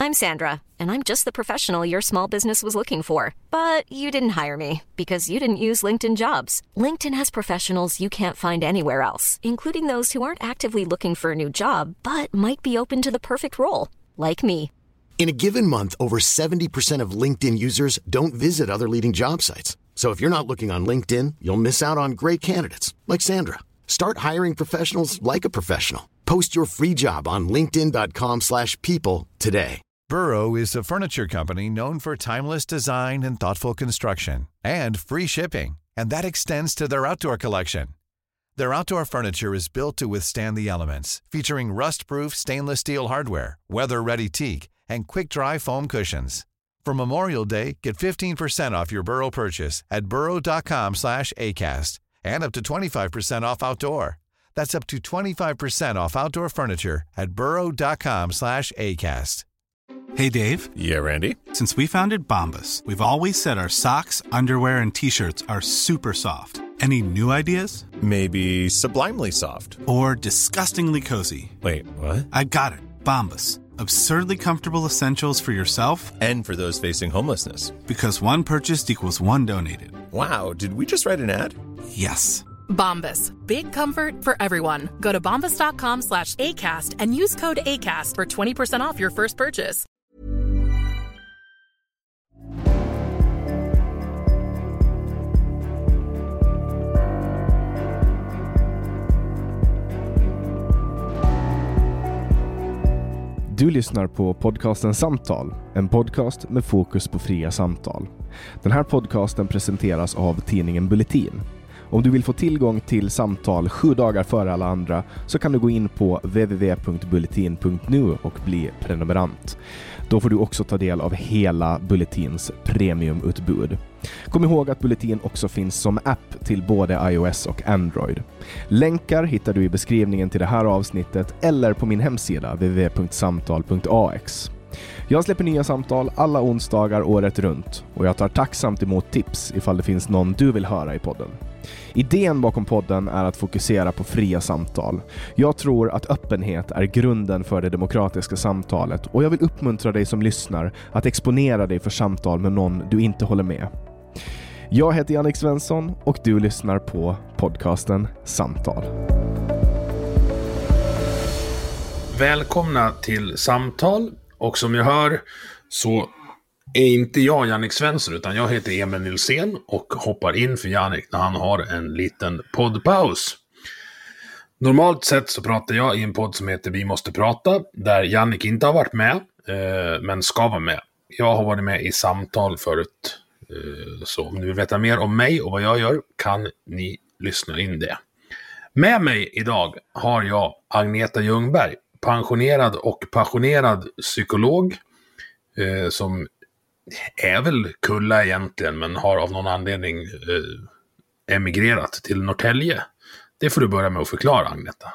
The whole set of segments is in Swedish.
I'm Sandra, and I'm just the professional your small business was looking for. But you didn't hire me because you didn't use LinkedIn Jobs. LinkedIn has professionals you can't find anywhere else, including those who aren't actively looking for a new job, but might be open to the perfect role, like me. In a given month, over 70% of LinkedIn users don't visit other leading job sites. So if you're not looking on LinkedIn, you'll miss out on great candidates like Sandra. Start hiring professionals like a professional. Post your free job on linkedin.com/people today. Burrow is a furniture company known for timeless design and thoughtful construction and free shipping, and that extends to their outdoor collection. Their outdoor furniture is built to withstand the elements, featuring rust-proof stainless steel hardware, weather-ready teak, and quick-dry foam cushions. For Memorial Day, get 15% off your Burrow purchase at burrow.com/acast and up to 25% off outdoor. That's up to 25% off outdoor furniture at burrow.com/acast. Hey, Dave. Yeah, Randy. Since we founded Bombas, we've always said our socks, underwear, and T-shirts are super soft. Any new ideas? Maybe sublimely soft. Or disgustingly cozy. Wait, what? I got it. Bombas. Absurdly comfortable essentials for yourself and for those facing homelessness. Because one purchased equals one donated. Wow, did we just write an ad? Yes. Bombas. Big comfort for everyone. Go to bombas.com/ACAST and use code ACAST for 20% off your first purchase. Du lyssnar på podcasten Samtal, en podcast med fokus på fria samtal. Den här podcasten presenteras av tidningen Bulletin. Om du vill få tillgång till samtal 7 dagar före alla andra så kan du gå in på www.bulletin.nu och bli prenumerant. Då får du också ta del av hela Bulletins premiumutbud. Kom ihåg att Bulletin också finns som app till både iOS och Android. Länkar hittar du i beskrivningen till det här avsnittet eller på min hemsida www.samtal.ax. Jag släpper nya samtal alla onsdagar året runt och jag tar tacksamt emot tips ifall det finns någon du vill höra i podden. Idén bakom podden är att fokusera på fria samtal. Jag tror att öppenhet är grunden för det demokratiska samtalet och jag vill uppmuntra dig som lyssnar att exponera dig för samtal med någon du inte håller med. Jag heter Jannik Svensson och du lyssnar på podcasten Samtal. Välkomna till Samtal, och som jag hör så är inte jag Jannik Svensson utan jag heter Emil Nilsén och hoppar in för Jannik när han har en liten poddpaus. Normalt sett så pratar jag i en podd som heter Vi måste prata, där Jannik inte har varit med men ska vara med. Jag har varit med i Samtal förut, så om ni vill veta mer om mig och vad jag gör kan ni lyssna in det. Med mig idag har jag Agneta Ljungberg, pensionerad och passionerad psykolog som är väl kulla egentligen men har av någon anledning emigrerat till Norrtälje. Det får du börja med att förklara, Agneta.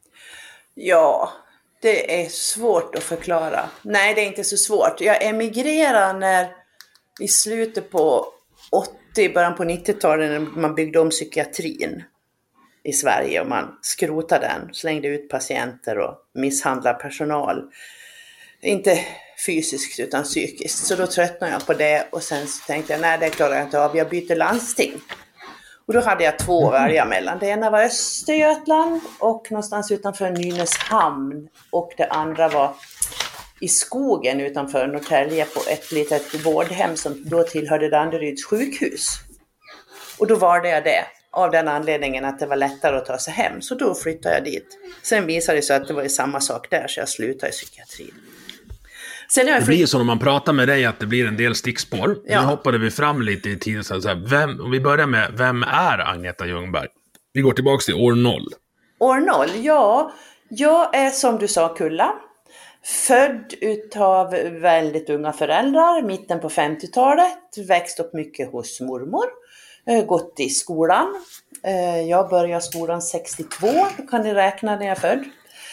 Ja, det är svårt att förklara. Nej, det är inte så svårt. Jag emigrerade när i slutet på 80, början på 90-talet när man byggde om psykiatrin i Sverige och man skrotade den, slängde ut patienter och misshandlade personal. Inte fysiskt utan psykiskt. Så då tröttnade jag på det och sen så tänkte jag, nej det klarar jag inte av, jag byter landsting. Och då hade jag 2 att välja mellan. Det ena var Östergötland och någonstans utanför Nynäshamn och det andra var i skogen utanför Norrtälje på ett litet vårdhem som då tillhörde Danderyds sjukhus. Och då valde jag det av den anledningen att det var lättare att ta sig hem. Så då flyttade jag dit. Sen visade det sig att det var samma sak där så jag slutade i psykiatrin. Det blir så när man pratar med dig att det blir en del stickspår. Ja. Nu hoppade vi fram lite i tiden. Så här, om vi börjar med, vem är Agneta Ljungberg? Vi går tillbaka till år 0. År 0, ja. Jag är som du sa kulla. Född utav väldigt unga föräldrar, mitten på 50-talet. Växt upp mycket hos mormor. Gått i skolan. Jag började skolan 62, då kan ni räkna när jag är född.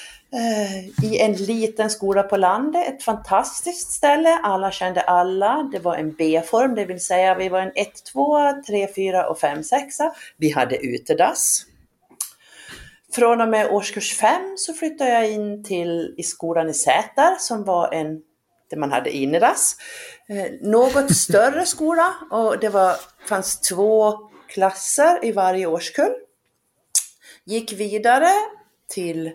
I en liten skola på landet, ett fantastiskt ställe, alla kände alla, det var en B-form, det vill säga vi var en 1, 2, 3, 4 och 5, 6. Vi hade utedass. Från och med årskurs 5 så flyttade jag in i skolan i Säter som var en där man hade innedass. Något större skola, och det fanns 2 klasser i varje årskull. Gick vidare till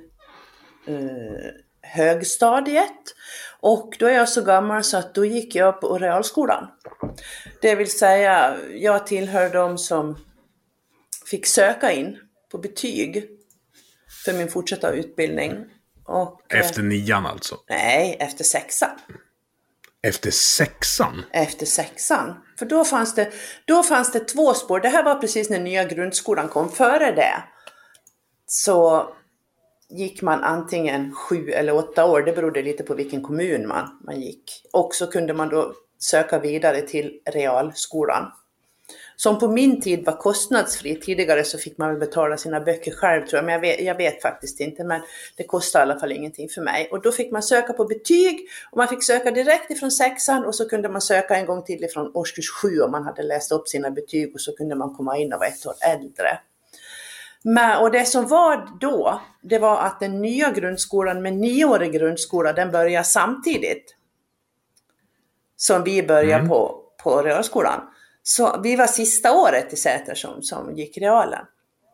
högstadiet, och då är jag så gammal så att då gick jag på realskolan. Det vill säga, jag tillhör de som fick söka in på betyg för min fortsatta utbildning. Och, efter 9:an alltså? Nej, efter 6:an. Efter 6:an? Efter 6:an. För då fanns det 2 spår. Det här var precis när nya grundskolan kom. Före det så gick man antingen 7 eller 8 år. Det berodde lite på vilken kommun man gick. Och så kunde man då söka vidare till realskolan. Som på min tid var kostnadsfri. Tidigare så fick man väl betala sina böcker själv, tror jag. Men jag vet faktiskt inte. Men det kostade i alla fall ingenting för mig. Och då fick man söka på betyg. Och man fick söka direkt ifrån 6:an. Och så kunde man söka en gång till ifrån årskurs 7 om man hade läst upp sina betyg. Och så kunde man komma in och vara 1 år äldre. Och det som var då, det var att den nya grundskolan med 9-årig grundskola, den började samtidigt som vi började på realskolan. Så vi var sista året i Säter som gick realen.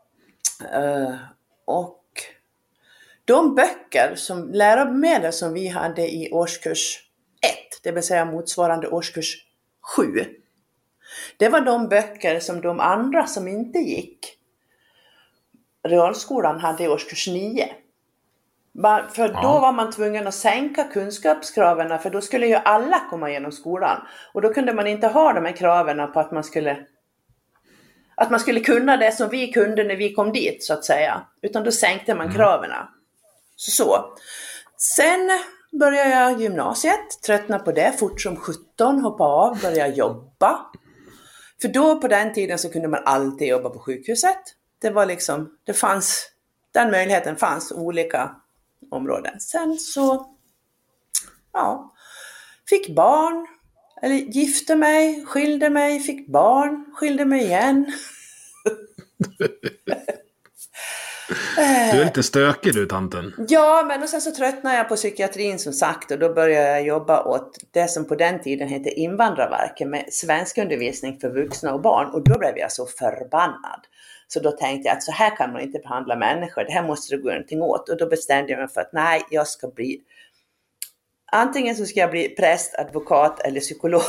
Och de böcker, läromedel som vi hade i årskurs 1, det vill säga motsvarande årskurs 7, det var de böcker som de andra som inte gick realskolan hade i årskurs 9. För då var man tvungen att sänka kunskapskraven, för då skulle ju alla komma igenom skolan. Och då kunde man inte ha de här kraven på att man skulle kunna det som vi kunde när vi kom dit, så att säga. Utan då sänkte man kraven. Så. Sen började jag gymnasiet, tröttna på det, fort som 17, hoppa av, börja jobba. För då på den tiden så kunde man alltid jobba på sjukhuset. Det var liksom, den möjligheten fanns, olika områden. Sen så, fick barn, eller gifte mig, skilde mig, fick barn, skilde mig igen. Du är lite stökig du, tanten. Ja, men och sen så tröttnade jag på psykiatrin som sagt, och då började jag jobba åt det som på den tiden hette Invandrarverket med svenskundervisning för vuxna och barn, och då blev jag så förbannad. Så då tänkte jag att så här kan man inte behandla människor. Det här måste det gå någonting åt. Och då bestämde jag mig för att nej, jag ska bli... Antingen så ska jag bli präst, advokat eller psykolog.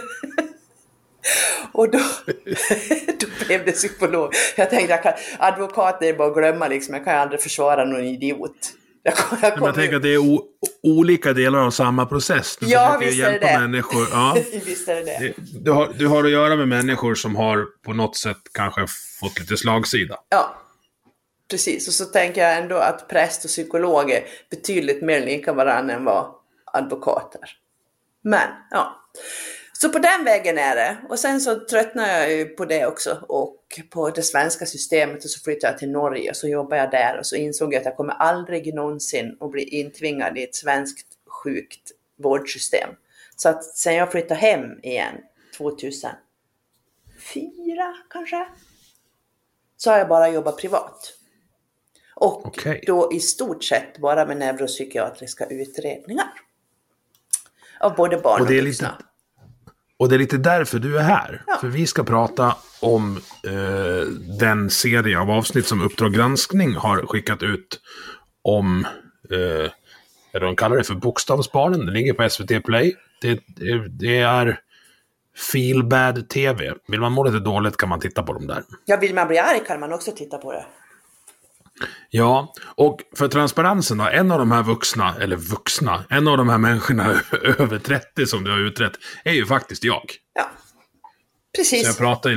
Och då blev det psykolog. Jag tänkte advokat är bara att glömma liksom. Jag kan ju aldrig försvara någon idiot. Jag tänker att det är olika delar av samma process. Du visst är det. Människor. Ja. Visst är det. Du har att göra med människor som har på något sätt kanske fått lite slagsida. Ja, precis. Och så tänker jag ändå att präst och psykolog är betydligt mer lika varandra än vad advokater. Men, så på den vägen är det. Och sen så tröttnar jag ju på det också. Och på det svenska systemet. Och så flyttade jag till Norge. Och så jobbar jag där. Och så insåg jag att jag kommer aldrig någonsin att bli intvingad i ett svenskt sjukt vårdsystem. Så att sen jag flyttade hem igen 2004 kanske. Så har jag bara jobbat privat. Och då i stort sett bara med neuropsykiatriska utredningar. Av både barn och vuxna. Och det är lite därför du är här. Ja. För vi ska prata om den serie av avsnitt som Uppdrag granskning har skickat ut om, de kallar det för Bokstavsbarnen. Det ligger på SVT Play. Det är Feel Bad TV. Vill man må lite dåligt kan man titta på dem där. Ja, vill man bli arg kan man också titta på det. Ja, och för transparensen då, en av de här en av de här människorna över 30 som du har utrett är ju faktiskt jag. Ja, precis. Så jag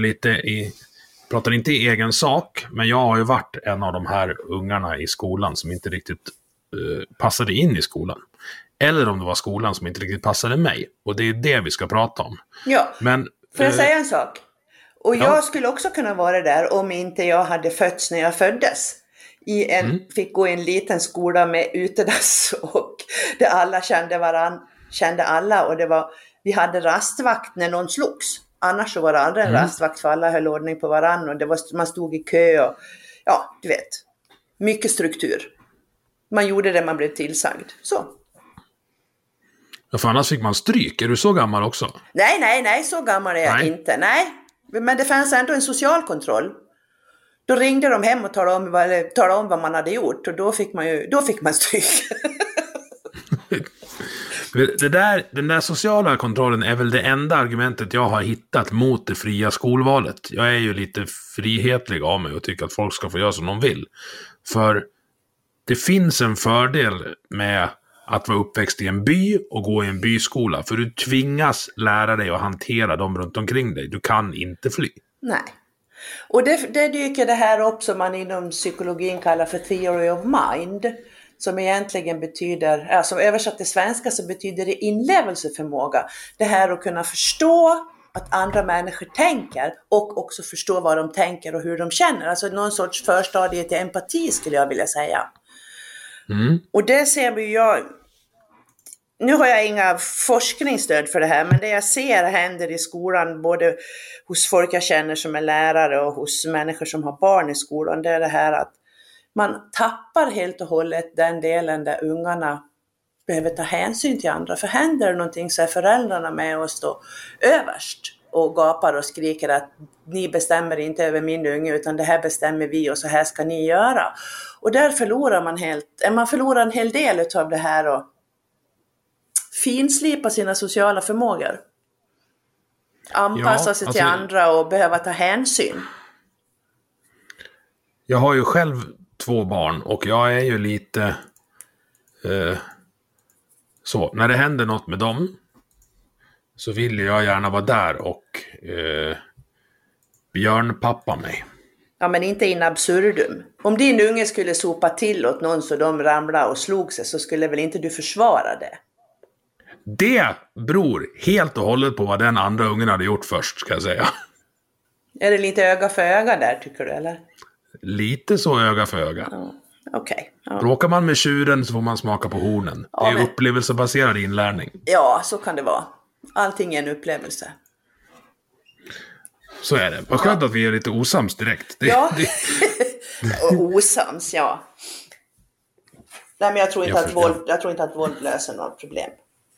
pratar inte i egen sak, men jag har ju varit en av de här ungarna i skolan som inte riktigt passade in i skolan. Eller om det var skolan som inte riktigt passade mig. Och det är det vi ska prata om. Ja, men får jag säga en sak? Och jag skulle också kunna vara där om inte jag hade fötts när jag föddes. Fick gå i en liten skola med utedass och där alla kände alla, och vi hade rastvakt när någon slogs. Annars så var det aldrig en rastvakt, för alla höll ordning på varann, och man stod i kö och du vet, mycket struktur. Man gjorde det man blev tillsagd. Så. För annars fick man stryk. Är du så gammal också? Nej, så gammal är jag inte. Nej, men det fanns ändå en social kontroll. Då ringde de hem och talade om vad man hade gjort. Och då fick man stryk. Den där sociala kontrollen är väl det enda argumentet jag har hittat mot det fria skolvalet. Jag är ju lite frihetlig av mig och tycker att folk ska få göra som de vill. För det finns en fördel med att vara uppväxt i en by och gå i en byskola. För du tvingas lära dig att hantera dem runt omkring dig. Du kan inte fly. Nej. Och det dyker det här upp som man inom psykologin kallar för theory of mind. Som egentligen betyder, alltså översatt till svenska så betyder det inlevelseförmåga. Det här att kunna förstå att andra människor tänker och också förstå vad de tänker och hur de känner. Alltså någon sorts förstadie till empati skulle jag vilja säga. Och det ser vi nu har jag inga forskningsstöd för det här, men det jag ser händer i skolan, både hos folk jag känner som är lärare och hos människor som har barn i skolan, det är det här att man tappar helt och hållet den delen där ungarna behöver ta hänsyn till andra. För händer det någonting så är föräldrarna med och står överst och gapar och skriker att ni bestämmer inte över min unge utan det här bestämmer vi och så här ska ni göra. Och där förlorar man förlorar en hel del av det här och finslipa sina sociala förmågor. Anpassa sig till andra och behöva ta hänsyn. Jag har ju själv 2 barn och jag är ju lite så, när det händer något med dem så vill jag gärna vara där och björnpappa mig. Ja, men inte in absurdum. Om din unge skulle sopa till åt någon så de ramlade och slog sig så skulle väl inte du försvara det? Det beror helt och hållet på vad den andra ungen hade gjort först, ska jag säga. Är det lite öga för öga där, tycker du, eller? Lite så öga för öga. Ja, okej. Ja. Bråkar man med tjuren så får man smaka på hornen. Ja, det är upplevelsebaserad inlärning. Ja, så kan det vara. Allting är en upplevelse. Så är det. Vad skönt att vi är lite osams direkt. Osams, ja. Nej, men jag tror inte att våld löser några problem.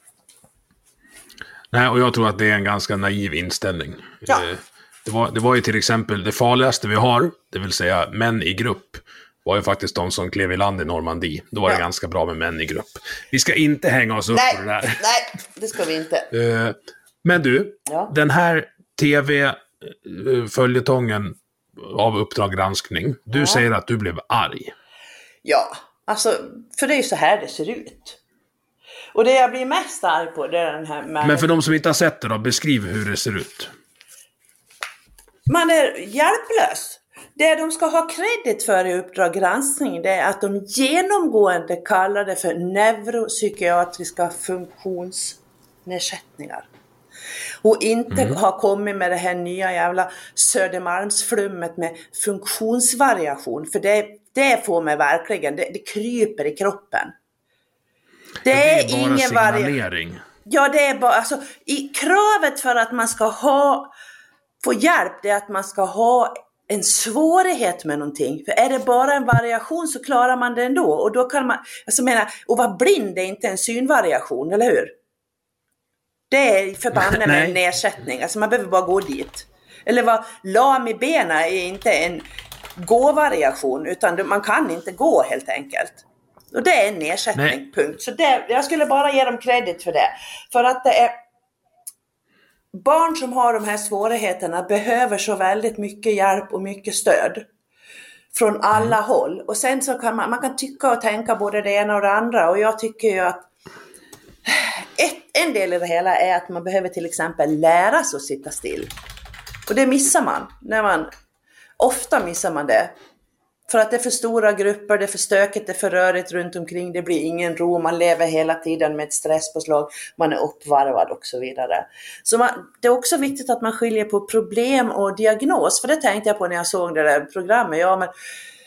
Nej, och jag tror att det är en ganska naiv inställning. Ja. Det var ju till exempel det farligaste vi har, det vill säga män i grupp, var ju faktiskt de som klev i land i Normandie. Då var det ganska bra med män i grupp. Vi ska inte hänga oss upp på det där. Nej, det ska vi inte. Men du, den här tv-följetongen av Uppdrag granskning, du säger att du blev arg. Ja, alltså, för det är ju så här det ser ut. Och det jag blir mest arg på, det är den här... Men för de som inte har sett det då, beskriv hur det ser ut. Man är hjälplös. Det de ska ha kredit för i Uppdrag granskning, det är att de genomgående kallar det för neuropsykiatriska funktionsnedsättningar. Och inte har kommit med det här nya jävla Södermalmsflummet med funktionsvariation. För det får mig verkligen, det kryper i kroppen. Det är ingen signalering. Ja, det är bara, alltså, i kravet för att man ska få hjälp, det är att man ska ha en svårighet med någonting. För är det bara en variation så klarar man det ändå. Och då kan man, alltså menar, och vara blind är inte en synvariation, eller hur? Det är förbannat med en nedsättning. Alltså man behöver bara gå dit. Eller vara lam i benen är inte en gåvariation, utan man kan inte gå helt enkelt. Och det är en nedsättning, punkt. Så jag skulle bara ge dem kredit för det. För att det är barn som har de här svårigheterna behöver så väldigt mycket hjälp och mycket stöd från alla håll. Och sen så kan man kan tycka och tänka både det ena och det andra. Och jag tycker ju att en del i det hela är att man behöver till exempel lära sig att sitta still. Och det missar man. Ofta missar man det. För att det är för stora grupper, det är för stökigt, det är för rörigt runt omkring, det blir ingen ro, man lever hela tiden med ett stresspåslag, man är uppvarvad och så vidare. Så det är också viktigt att man skiljer på problem och diagnos, för det tänkte jag på när jag såg det där programmet. Ja, men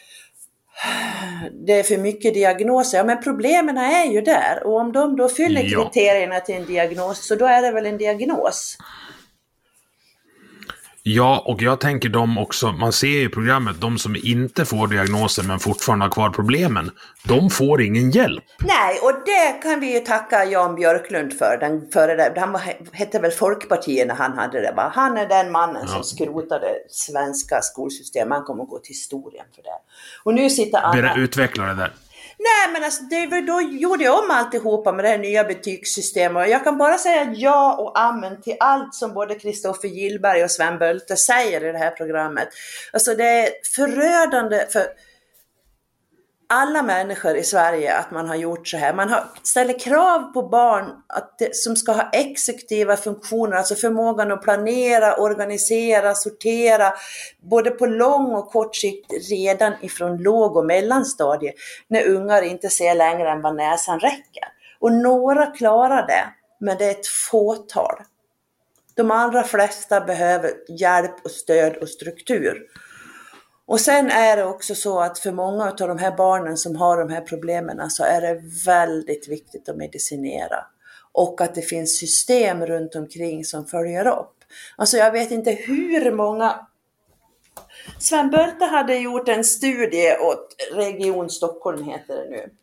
det är för mycket diagnoser, ja, men problemen är ju där, och om de då fyller kriterierna till en diagnos, så då är det väl en diagnos. Ja, och jag tänker de också, man ser ju i programmet, de som inte får diagnoser men fortfarande har kvar problemen, de får ingen hjälp. Nej, och det kan vi ju tacka Jan Björklund för. Han hette väl Folkpartiet när han hade det, va? Han är den mannen som skrotade svenska skolsystem. Han kommer att gå till historien för det. Och nu sitter Anna... Utveckla det där. Nej, men alltså, då gjorde jag om alltihopa med det här nya betygssystemet. Och jag kan bara säga ja och amen till allt som både Kristoffer Gillberg och Sven Bölte säger i det här programmet. Alltså det är förödande för alla människor i Sverige att man har gjort så här. Man ställer krav på barn som ska ha exekutiva funktioner, alltså förmågan att planera, organisera, sortera, både på lång och kort sikt redan ifrån låg- och mellanstadiet, när ungar inte ser längre än vad näsan räcker. Och några klarar det, men det är ett fåtal. De allra flesta behöver hjälp och stöd och struktur. Och sen är det också så att för många av de här barnen som har de här problemen så är det väldigt viktigt att medicinera. Och att det finns system runt omkring som följer upp. Alltså jag vet inte hur många... Sven Bölte hade gjort en studie åt Region Stockholm heter det nu.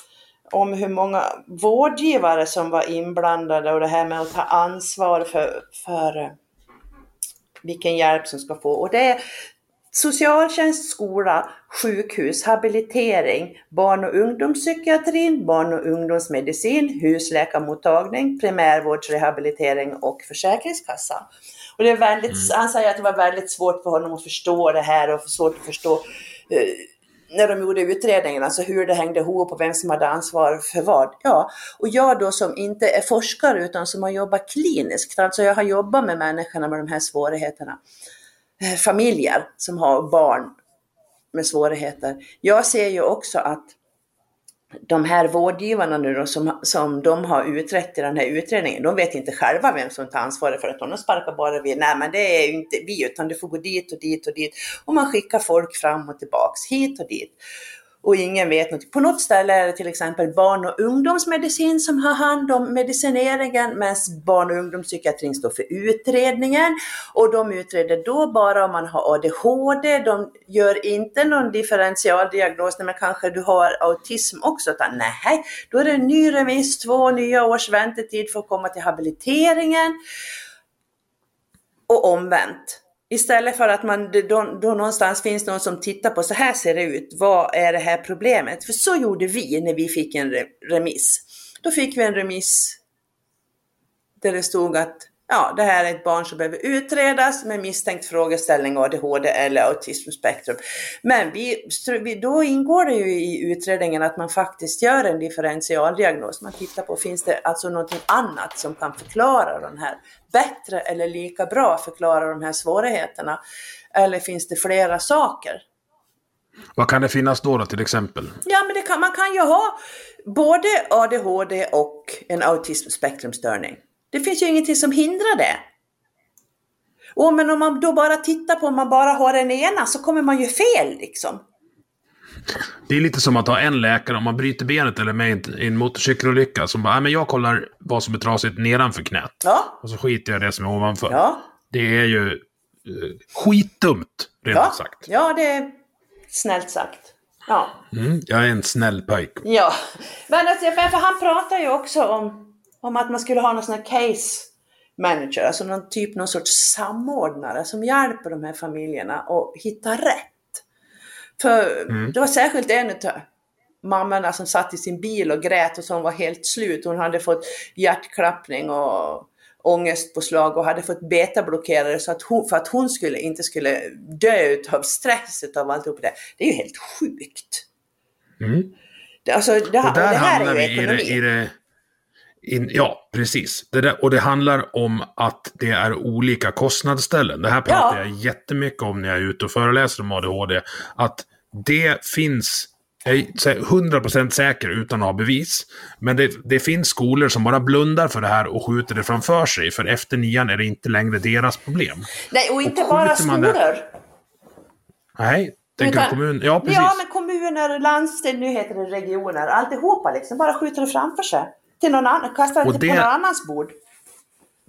Om hur många vårdgivare som var inblandade och det här med att ta ansvar för vilken hjälp som ska få. Och det är socialtjänst, skola, sjukhus, habilitering, barn- och ungdomspsykiatrin, barn- och ungdomsmedicin, husläkarmottagning, primärvårdsrehabilitering och försäkringskassa. Och det är väldigt, han säger att det var väldigt svårt för honom att förstå det här och svårt att förstå när de gjorde utredningen, alltså hur det hängde ihop och vem som hade ansvar för vad. Ja, och jag då som inte är forskare utan som har jobbat kliniskt, alltså jag har jobbat med människorna med de här svårigheterna. Familjer som har barn med svårigheter. Jag ser ju också att de här vårdgivarna nu då, som de har utrett i den här utredningen, de vet inte själva vem som tar ansvar för att de sparkar bara vid. Nej, men det är ju inte vi, utan du får gå dit och dit och dit. Och man skickar folk fram och tillbaks, hit och dit. Och ingen vet något. På något ställe är det till exempel barn- och ungdomsmedicin som har hand om medicineringen, medan barn- och ungdomspsykiatrin står för utredningen. Och de utreder då bara om man har ADHD. De gör inte någon differentialdiagnos, men kanske du har autism också. Nej, då är det en ny remiss, 2 nya års väntetid för att komma till habiliteringen. Och omvänt. Istället för att man då någonstans finns någon som tittar på så här ser det ut. Vad är det här problemet? För så gjorde vi när vi fick en remiss. Då fick vi en remiss där det stod att ja, det här är ett barn som behöver utredas med misstänkt frågeställning ADHD eller autismspektrum. Men då ingår det ju i utredningen att man faktiskt gör en differentialdiagnos. Man tittar på, finns det alltså något annat som kan förklara den här bättre eller lika bra förklara de här svårigheterna? Eller finns det flera saker? Vad kan det finnas då till exempel? Ja, men man kan ju ha både ADHD och en autismspektrumstörning. Det finns ju ingenting som hindrar det. Men om man då bara tittar på om man bara har den ena så kommer man ju fel liksom. Det är lite som att ha en läkare om man bryter benet eller med en motorcykelolycka som bara, men jag kollar vad som är trasigt nedanför knät. Ja. Och så skiter jag det som är ovanför. Ja. Det är ju skitdumt, redan sagt. Ja, det är snällt sagt. Ja. Jag är en snäll pojk. Ja, men för han pratar ju också om att man skulle ha någon sån här case manager, alltså någon sorts samordnare som hjälper de här familjerna att hitta rätt. För det var särskilt en av mammorna som satt i sin bil och grät och som var helt slut. Hon hade fått hjärtklappning och ångestpåslag och hade fått betablockerare så att för att hon inte skulle dö av stress av alltihop det. Det är ju helt sjukt. Det här är ju ekonomi. Ja, precis. Och det handlar om att det är olika kostnadsställen. Det här pratar jag jättemycket om när jag är ute och föreläser om ADHD. Att det finns, jag är 100% säker utan att ha bevis, men det finns skolor som bara blundar för det här och skjuter det framför sig. För efter 9 är det inte längre deras problem. Nej, och inte bara skolor. Nej, kommun. Ja, precis. Ja, men kommuner, landsting, nu heter det regioner. Alltihopa liksom, bara skjuter det framför sig. Till någon annan, kastar det på någon annans bord.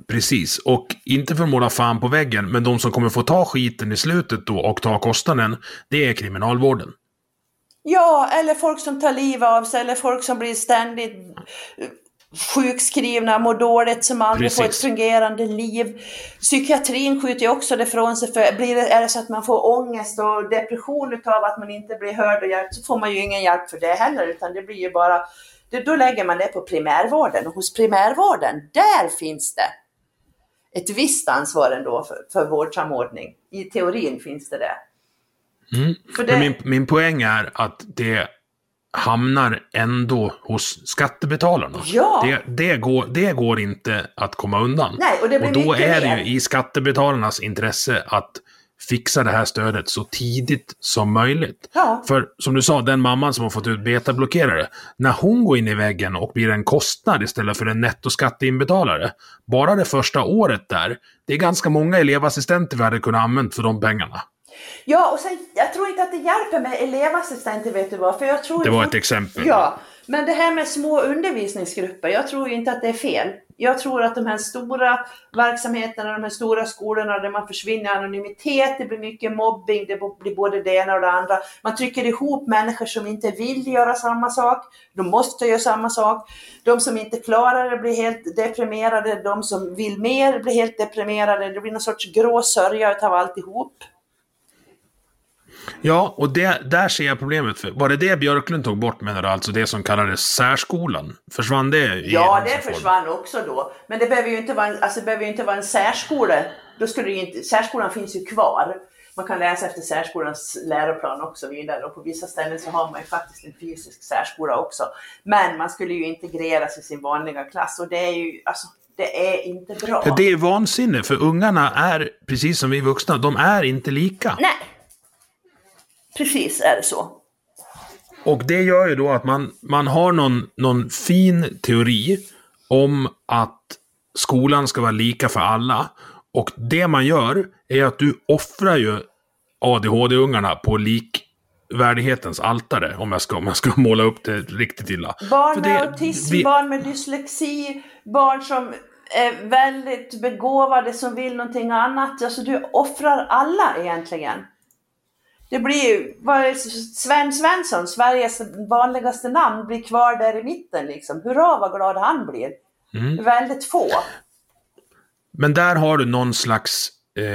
Precis, och inte för att måla fan på väggen, men de som kommer få ta skiten i slutet då och ta kostnaden, det är kriminalvården. Ja, eller folk som tar liv av sig, eller folk som blir ständigt sjukskrivna, mår dåligt, som aldrig får ett fungerande liv. Psykiatrin skjuter ju också det från sig, för är det så att man får ångest och depression utav att man inte blir hörd och hjälpt, så får man ju ingen hjälp för det heller, utan det blir ju bara, då lägger man det på primärvården, och hos primärvården, där finns det ett visst ansvar ändå för vårdsamordning. I teorin finns det det. För det... Men min poäng är att det hamnar ändå hos skattebetalarna. Ja. Det går inte att komma undan. Nej, och då är det ju i skattebetalarnas intresse att fixa det här stödet så tidigt som möjligt. Ja. För som du sa, den mamman som har fått ut betablockerare, när hon går in i väggen och blir en kostnad istället för en nettoskatteinbetalare, bara det första året där, det är ganska många elevassistenter vi hade kunnat använda för de pengarna. Ja, och sen, jag tror inte att det hjälper med elevassistenter, vet du vad? För jag tror det var ett exempel. Ja, men det här med små undervisningsgrupper, jag tror ju inte att det är fel. Jag tror att de här stora verksamheterna, de här stora skolorna där man försvinner anonymitet, det blir mycket mobbing, det blir både det ena och det andra. Man trycker ihop människor som inte vill göra samma sak, de måste göra samma sak. De som inte klarar det blir helt deprimerade, de som vill mer blir helt deprimerade. Det blir någon sorts grå sörja utav alltihop. Ja, och där ser jag problemet. För. Var det Björklund tog bort, menar du, alltså det som kallades särskolan? Försvann det? Ja, det försvann också då. Men det behöver ju inte vara en särskola. Då skulle ju inte, särskolan finns ju kvar. Man kan läsa efter särskolans läroplan också vidare. Och på vissa ställen så har man ju faktiskt en fysisk särskola också. Men man skulle ju integreras i sin vanliga klass. Och det är ju, det är inte bra. För det är vansinne, för ungarna är, precis som vi vuxna, de är inte lika. Nej. Precis är det så. Och det gör ju då att man har någon fin teori om att skolan ska vara lika för alla. Och det man gör är att du offrar ju ADHD-ungarna på likvärdighetens altare, om man ska måla upp det riktigt illa. Barn med autism, barn med dyslexi, barn som är väldigt begåvade, som vill någonting annat. Alltså du offrar alla egentligen. Det blir ju, Sven Svensson, Sveriges vanligaste namn, blir kvar där i mitten liksom. Hurra vad glad han blir. Väldigt få. Men där har du någon slags,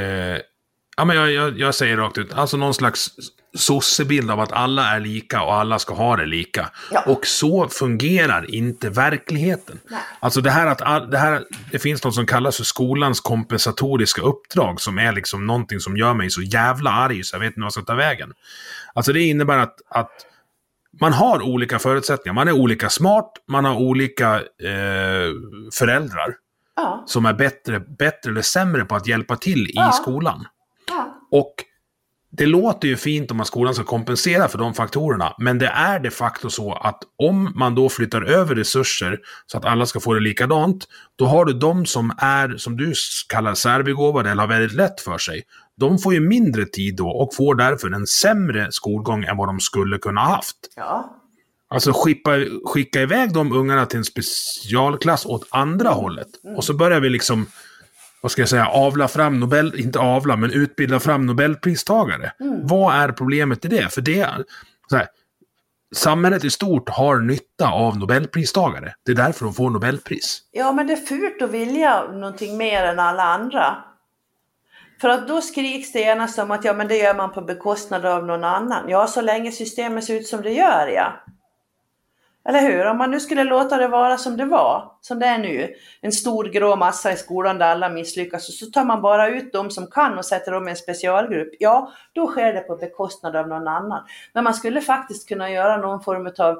jag säger rakt ut, alltså någon slags sossebild av att alla är lika och alla ska ha det lika. Ja. Och så fungerar inte verkligheten. Nej. Alltså det finns något som kallas för skolans kompensatoriska uppdrag, som är liksom någonting som gör mig så jävla arg så jag vet inte vad jag ska ta vägen. Alltså det innebär att man har olika förutsättningar. Man är olika smart, man har olika föräldrar som är bättre eller sämre på att hjälpa till i skolan. Ja. Och det låter ju fint om att skolan ska kompensera för de faktorerna, men det är de facto så att om man då flyttar över resurser så att alla ska få det likadant, då har du de som är, som du kallar särbegåvade eller har väldigt lätt för sig, de får ju mindre tid då och får därför en sämre skolgång än vad de skulle kunna ha haft. Ja. Alltså skicka iväg de ungarna till en specialklass åt andra hållet. Och så börjar vi liksom, vad ska jag säga, utbilda fram Nobelpristagare. Vad är problemet i det? För det är så här, samhället i stort har nytta av Nobelpristagare. Det är därför de får Nobelpris. Ja, men det är fult att vilja någonting mer än alla andra. För att då skriks det gärna som att men det gör man på bekostnad av någon annan. Ja, så länge systemet ser ut som det gör, ja. Eller hur? Om man nu skulle låta det vara som det var, som det är nu, en stor grå massa i skolan där alla misslyckas, och så tar man bara ut de som kan och sätter dem i en specialgrupp. Ja, då sker det på bekostnad av någon annan. Men man skulle faktiskt kunna göra någon form av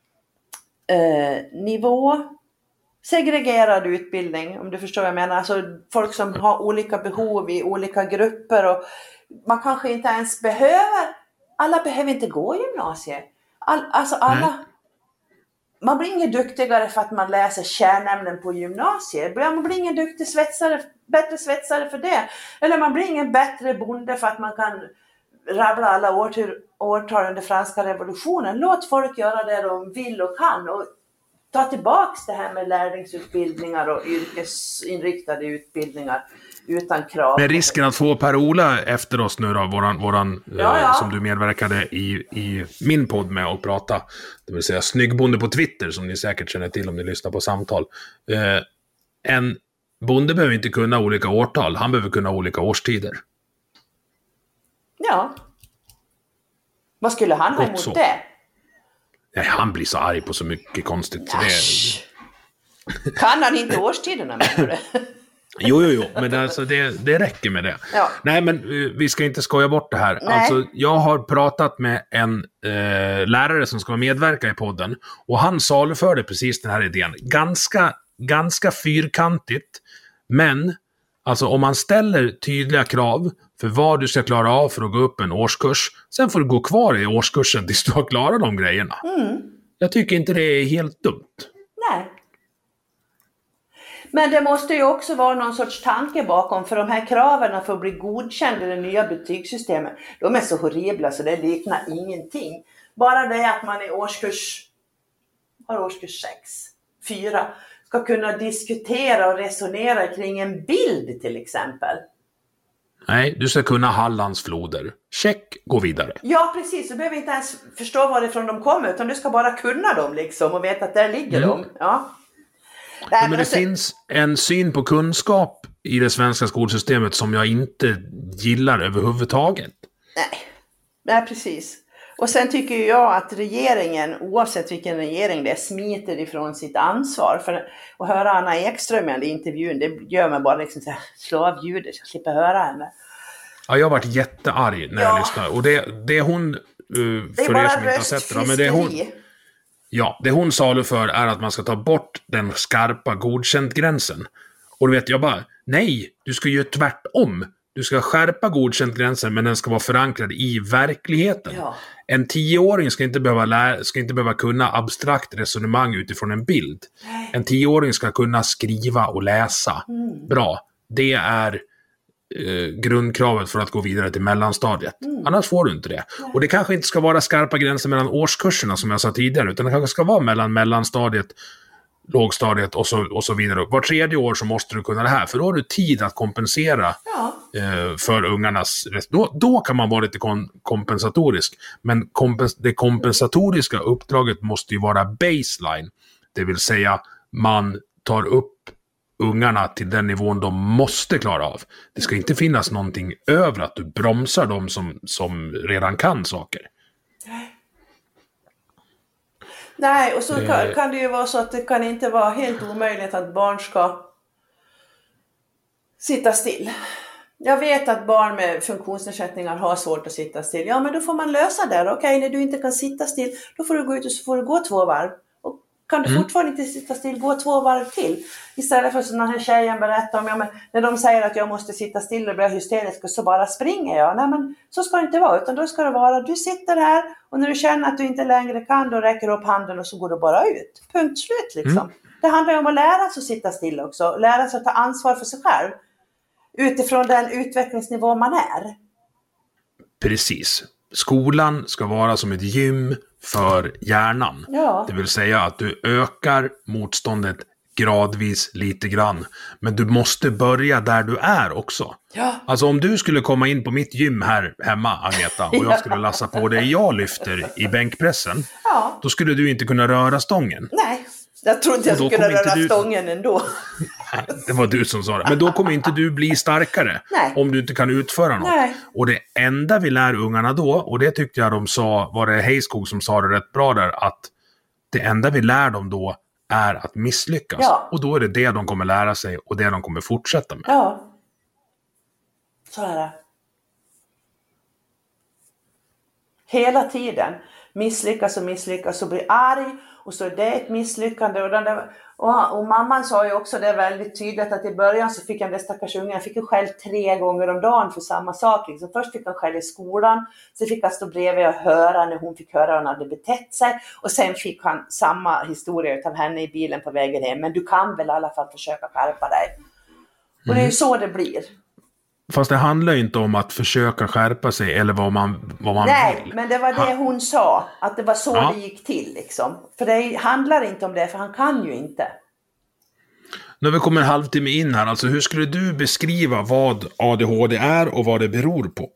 nivå, segregerad utbildning, om du förstår vad jag menar. Alltså folk som har olika behov i olika grupper, och man kanske inte ens alla behöver inte gå i gymnasiet. Alla... Man blir ingen duktigare för att man läser kärnämnen på gymnasiet. Man blir ingen bättre svetsare för det. Eller man blir ingen bättre bonde för att man kan rabbla alla årtal under franska revolutionen. Låt folk göra det de vill och kan. Och ta tillbaks det här med lärlingsutbildningar och yrkesinriktade utbildningar utan krav. Men risken att få Per-Ola efter oss nu då, våran som du medverkade i min podd med att prata, det vill säga Snyggbonde på Twitter, som ni säkert känner till om ni lyssnar på samtal. En bonde behöver inte kunna olika årtal, han behöver kunna olika årstider. Ja. Vad skulle han ha emot det? Nej, han blir så arg på så mycket konstigt. Kan han inte årstiderna, menar du? Jo, men alltså det räcker med det. Ja. Nej, men vi ska inte skoja bort det här. Alltså, jag har pratat med en lärare som ska medverka i podden, och han saluförde precis den här idén. Ganska fyrkantigt, men alltså om man ställer tydliga krav för vad du ska klara av för att gå upp en årskurs, sen får du gå kvar i årskursen tills du har klarat de grejerna. Jag tycker inte det är helt dumt. Nej. Men det måste ju också vara någon sorts tanke bakom, för de här kraven för att bli godkänd i det nya betygssystemet, de är så horribla så det liknar ingenting. Bara det att man i årskurs 4 ska kunna diskutera och resonera kring en bild till exempel. Nej, du ska kunna Hallands floder. Check, gå vidare. Ja, precis. Du behöver inte ens förstå varifrån de kommer, utan du ska bara kunna dem liksom och veta att där ligger de. Ja. Nej, men det finns en syn på kunskap i det svenska skolsystemet som jag inte gillar överhuvudtaget. Nej, precis. Och sen tycker jag att regeringen, oavsett vilken regering det är, smiter ifrån sitt ansvar. För att höra Anna Ekström i den intervjun, det gör mig bara liksom så här, slå av ljudet, jag slipper höra henne. Ja, jag har varit jättearg när jag lyssnar. Och det hon, det för er som inte har sett det, men det hon saluför är att man ska ta bort den skarpa godkänt-gränsen. Och du vet, jag bara, nej, du ska ju tvärtom. Du ska skärpa godkänt-gränsen, men den ska vara förankrad i verkligheten. Ja. En 10-åring ska inte behöva kunna abstrakt resonemang utifrån en bild. Nej. En 10-åring ska kunna skriva och läsa. Bra. Det är grundkravet för att gå vidare till mellanstadiet. Annars får du inte det. Nej. Och det kanske inte ska vara skarpa gränser mellan årskurserna som jag sa tidigare, utan det kanske ska vara mellan mellanstadiet, lågstadiet och så vidare. Var 3:e år så måste du kunna det här, för då har du tid att kompensera för ungarnas rest. Då kan man vara lite kompensatorisk, men det kompensatoriska uppdraget måste ju vara baseline, det vill säga man tar upp ungarna till den nivån de måste klara av. Det ska inte finnas någonting över att du bromsar dem som redan kan saker. Nej, och så kan det ju vara så att det kan inte vara helt omöjligt att barn ska sitta still. Jag vet att barn med funktionsnedsättningar har svårt att sitta still. Ja, men då får man lösa det. Okej, när du inte kan sitta still, då får du gå ut och så får du gå 2 varv. Och kan du fortfarande inte sitta still, gå 2 varv till. Istället för som den här tjejen berättar om, när de säger att jag måste sitta still och bli hysterisk och så bara springer jag. Nej, men så ska det inte vara, utan då ska det vara, du sitter här och när du känner att du inte längre kan, då räcker du upp handen och så går du bara ut. Punkt slut liksom. Det handlar ju om att lära sig att sitta still också. Lära sig att ta ansvar för sig själv. Utifrån den utvecklingsnivå man är. Precis. Skolan ska vara som ett gym för hjärnan. Ja. Det vill säga att du ökar motståndet gradvis lite grann. Men du måste börja där du är också. Ja. Alltså om du skulle komma in på mitt gym här hemma, Agneta, och jag skulle lassa på det jag lyfter i bänkpressen, då skulle du inte kunna röra stången. Nej. Jag trodde jag skulle röra stången ändå. Nej, det var du som sa det. Men då kommer inte du bli starkare. Nej. Om du inte kan utföra något. Nej. Och det enda vi lär ungarna då, och det tyckte jag de sa, var det Heiskog som sa det rätt bra där, att det enda vi lär dem då är att misslyckas. Ja. Och då är det de kommer lära sig och det de kommer fortsätta med. Ja, så är det. Hela tiden. Misslyckas och bli arg. Och så är det ett misslyckande. Och mamman sa ju också det väldigt tydligt att i början så fick han det stackars ungen. Han fick ju skäll 3 gånger om dagen för samma sak. Liksom. Först fick han skäll i skolan. Sen fick han stå bredvid och höra när hon fick höra hur han hade betett sig. Och sen fick han samma historia av henne i bilen på vägen hem. Men du kan väl i alla fall försöka skärpa dig. Och det är ju så det blir. Fast det handlar ju inte om att försöka skärpa sig eller vad man vill. Nej, men det var det hon sa. Att det var så det gick till liksom. För det handlar inte om det, för han kan ju inte. Nu har vi kommit en halvtimme in här. Alltså hur skulle du beskriva vad ADHD är och vad det beror på?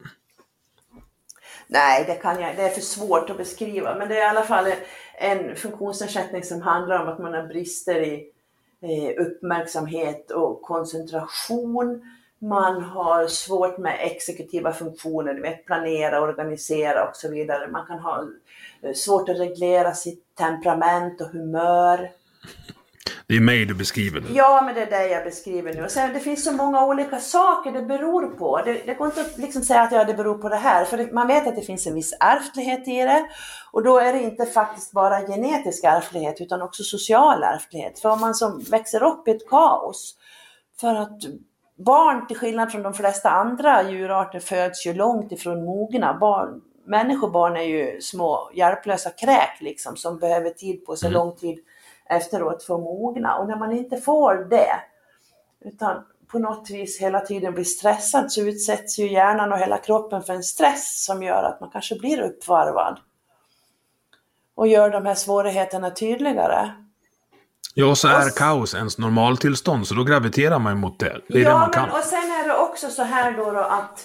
Nej, det är för svårt att beskriva. Men det är i alla fall en funktionsnedsättning som handlar om att man har brister i uppmärksamhet och koncentration. Man har svårt med exekutiva funktioner, du vet, planera, organisera och så vidare. Man kan ha svårt att reglera sitt temperament och humör. Det är mig du beskriver nu. Ja, men det är det jag beskriver nu. Och sen, det finns så många olika saker det beror på. Det går inte att liksom säga att det beror på det här. För man vet att det finns en viss ärftlighet i det. Och då är det inte faktiskt bara genetisk ärftlighet utan också social ärftlighet. För om man som växer upp i ett kaos. För att barn, till skillnad från de flesta andra djurarter, föds ju långt ifrån mogna. Människobarn är ju små hjälplösa kräk liksom, som behöver tid på sig, lång tid efteråt för mogna. Och när man inte får det, utan på något vis hela tiden blir stressad, så utsätts ju hjärnan och hela kroppen för en stress som gör att man kanske blir uppvarvad. Och gör de här svårigheterna tydligare. Ja, så är kaos ens normaltillstånd, så då graviterar man mot det. Det är det man kan. Och sen är det också så här då att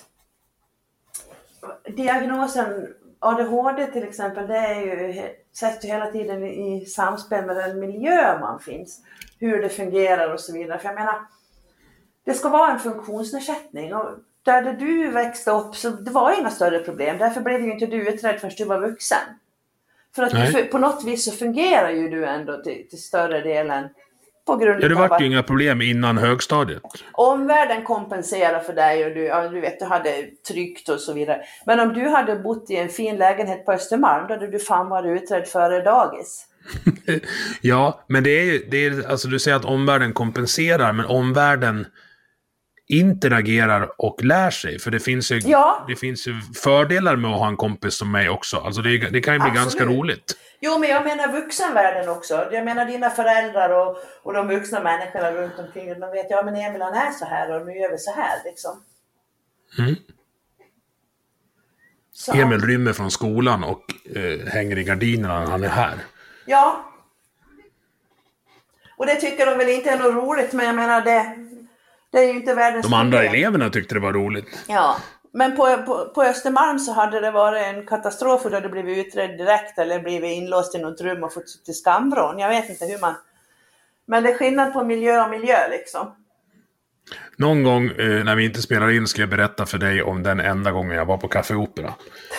diagnosen ADHD till exempel, det är ju sätts ju hela tiden i samspel med den miljö man finns. Hur det fungerar och så vidare. För jag menar, det ska vara en funktionsnedsättning. Och där du växte upp så det var inga större problem. Därför blev ju inte du utredd förrän du var vuxen. För att på något vis så fungerar ju du ändå till större delen på grund av det var ju inga problem innan högstadiet. Omvärlden kompenserar för dig och du vet, du hade tryggt och så vidare. Men om du hade bott i en fin lägenhet på Östermalm, då hade du fan varit utredd före dagis. Ja, men det är alltså du säger att omvärlden kompenserar, men omvärlden interagerar och lär sig. För det finns ju fördelar med att ha en kompis som mig också. Alltså det kan ju bli ganska roligt. Jo, men jag menar vuxenvärlden också. Jag menar dina föräldrar och de vuxna människorna runt omkring. De vet, men Emil han är så här och nu gör vi så här liksom. Så. Emil rymmer från skolan och hänger i gardinerna när han är här. Ja. Och det tycker de väl inte är något roligt, men jag menar det är ju inte världens De andra problem. eleverna tyckte det var roligt. Ja, men på Östermalm så hade det varit en katastrof och då hade blivit utredd direkt eller blivit inlåst i något rum och fått sitta i skamvrån. Jag vet inte hur man... Men det är skillnad på miljö och miljö liksom. Någon gång när vi inte spelar in ska jag berätta för dig om den enda gången jag var på Café Opera.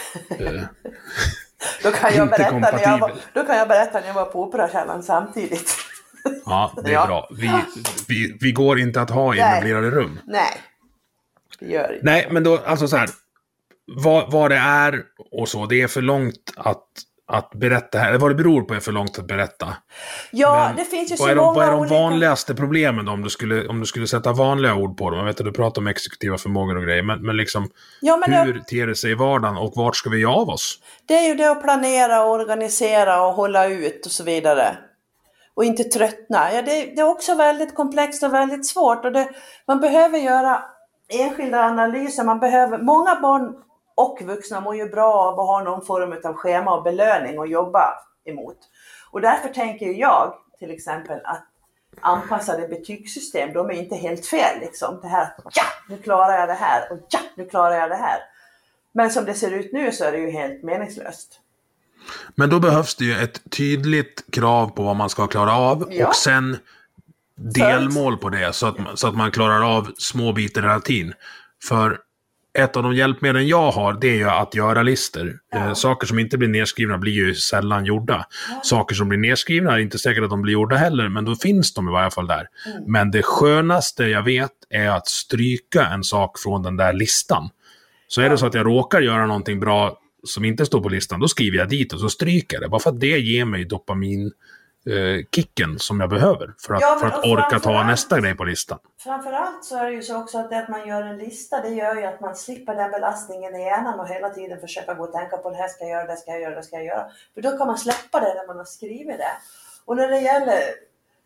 Då kan jag berätta när jag var på Operakällan samtidigt. Ja, det är bra. Vi går inte att ha i möblerade rum. Nej, det gör inte. Nej, men då, alltså så här. Vad det är och så, det är för långt att berätta här. Vad det beror på är för långt att berätta. Ja, men det finns ju så många många Vad är de olika... vanligaste problemen då, om du skulle sätta vanliga ord på dem? Jag vet att du pratar om exekutiva förmågor och grejer, men liksom hur ter det sig i vardagen och vart ska vi av oss? Det är ju det att planera och organisera och hålla ut och så vidare. Och inte tröttna. Ja, det är också väldigt komplext och väldigt svårt. Och man behöver göra enskilda analyser. Många barn och vuxna mår ju bra av att ha någon form av schema och belöning att jobba emot. Och därför tänker jag till exempel att anpassade betygssystem, de är inte helt fel. Liksom. Det här, nu klarar jag det här och nu klarar jag det här. Men som det ser ut nu så är det ju helt meningslöst. Men då behövs det ju ett tydligt krav på vad man ska klara av och sen delmål på det så att man klarar av små bitar hela tiden. För ett av de hjälpmedel jag har, det är ju att göra lister. Saker som inte blir nedskrivna blir ju sällan gjorda. Saker som blir nedskrivna är inte säkert att de blir gjorda heller, men då finns de i varje fall där. Men det skönaste jag vet är att stryka en sak från den där listan. Så är det så att jag råkar göra någonting bra som inte står på listan, då skriver jag dit och så stryker jag det. Bara för att det ger mig dopaminkicken som jag behöver för att orka ta nästa grej på listan. Framförallt så är det ju så också att man gör en lista, det gör ju att man slipper den belastningen i hjärnan och hela tiden försöka gå och tänka på det här ska jag göra, det ska jag göra, det ska jag göra. För då kan man släppa det när man har skrivit det. Och när det gäller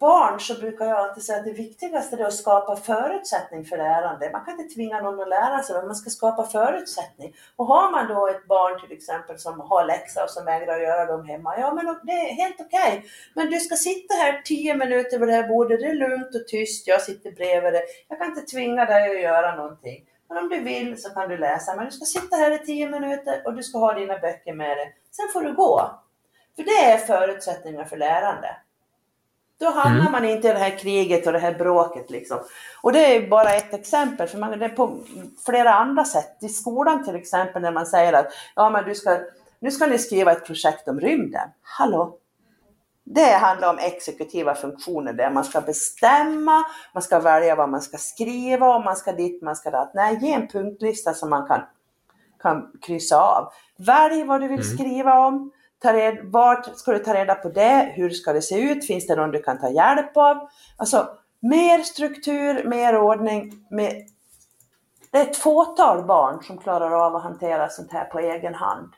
barn så brukar jag alltid säga att det viktigaste är att skapa förutsättning för lärande. Man kan inte tvinga någon att lära sig, men man ska skapa förutsättning. Och har man då ett barn till exempel som har läxor och som vägrar att göra dem hemma, ja men det är helt okej. Men du ska sitta här 10 minuter vid det här bordet, det är lugnt och tyst, jag sitter bredvid dig. Jag kan inte tvinga dig att göra någonting. Men om du vill så kan du läsa, men du ska sitta här i 10 minuter och du ska ha dina böcker med dig. Sen får du gå. För det är förutsättningar för lärande. Då hamnar man inte i det här kriget och det här bråket liksom. Och det är bara ett exempel, för man är på flera andra sätt. I skolan till exempel när man säger att ja, men nu ska ni skriva ett projekt om rymden. Hallå? Det handlar om exekutiva funktioner där man ska bestämma, man ska välja vad man ska skriva och man ska dit, man ska dat. Nej, ge en punktlista som man kan kryssa av. Välj vad du vill skriva om. Vart ska du ta reda på det? Hur ska det se ut? Finns det någon du kan ta hjälp av? Alltså, mer struktur, mer ordning. Det är ett fåtal barn som klarar av att hantera sånt här på egen hand.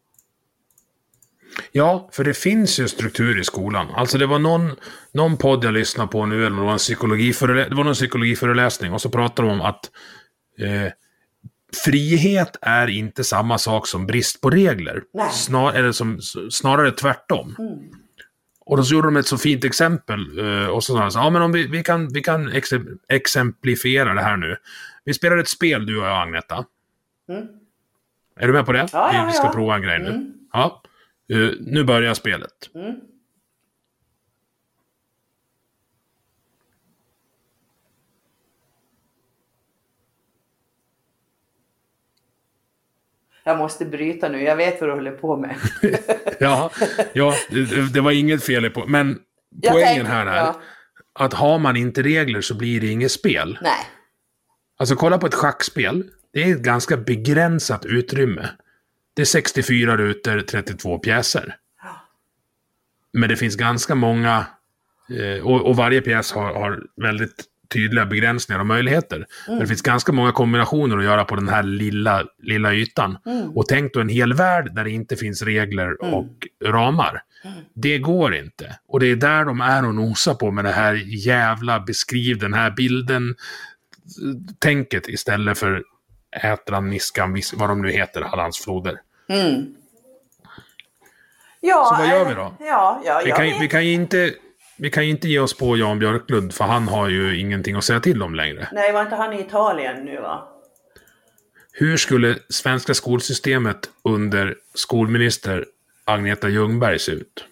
Ja, för det finns ju struktur i skolan. Alltså det var någon podd jag lyssnade på nu, eller det var någon psykologiföreläsning, och så pratade de om att frihet är inte samma sak som brist på regler. Snarare tvärtom. Och då så gjorde de ett så fint exempel, och så sa de, ja men om vi kan exemplifiera det här nu. Vi spelar ett spel, du och jag, Agneta. Är du med på det? Ja. Vi ska prova en grej nu. Ja. Nu börjar spelet. Jag måste bryta nu, jag vet vad du håller på med. ja, det var inget fel på. Men poängen här är att har man inte regler så blir det inget spel. Nej. Alltså kolla på ett schackspel. Det är ett ganska begränsat utrymme. Det är 64 rutor, 32 pjäser. Men det finns ganska många, och varje pjäs har väldigt tydliga begränsningar och möjligheter. Men det finns ganska många kombinationer att göra på den här lilla ytan. Och tänk då en hel värld där det inte finns regler och ramar. Det går inte. Och det är där de är och nosar på med det här jävla beskriv den här bilden tänket istället för Ätran, Niskan, vad de nu heter, Hallandsfloder. Ja, så vad gör vi då? Vi kan ju inte ge oss på Jan Björklund, för han har ju ingenting att säga till om längre. Nej, var inte han i Italien nu va? Hur skulle svenska skolsystemet under skolminister Agneta Ljungberg se ut?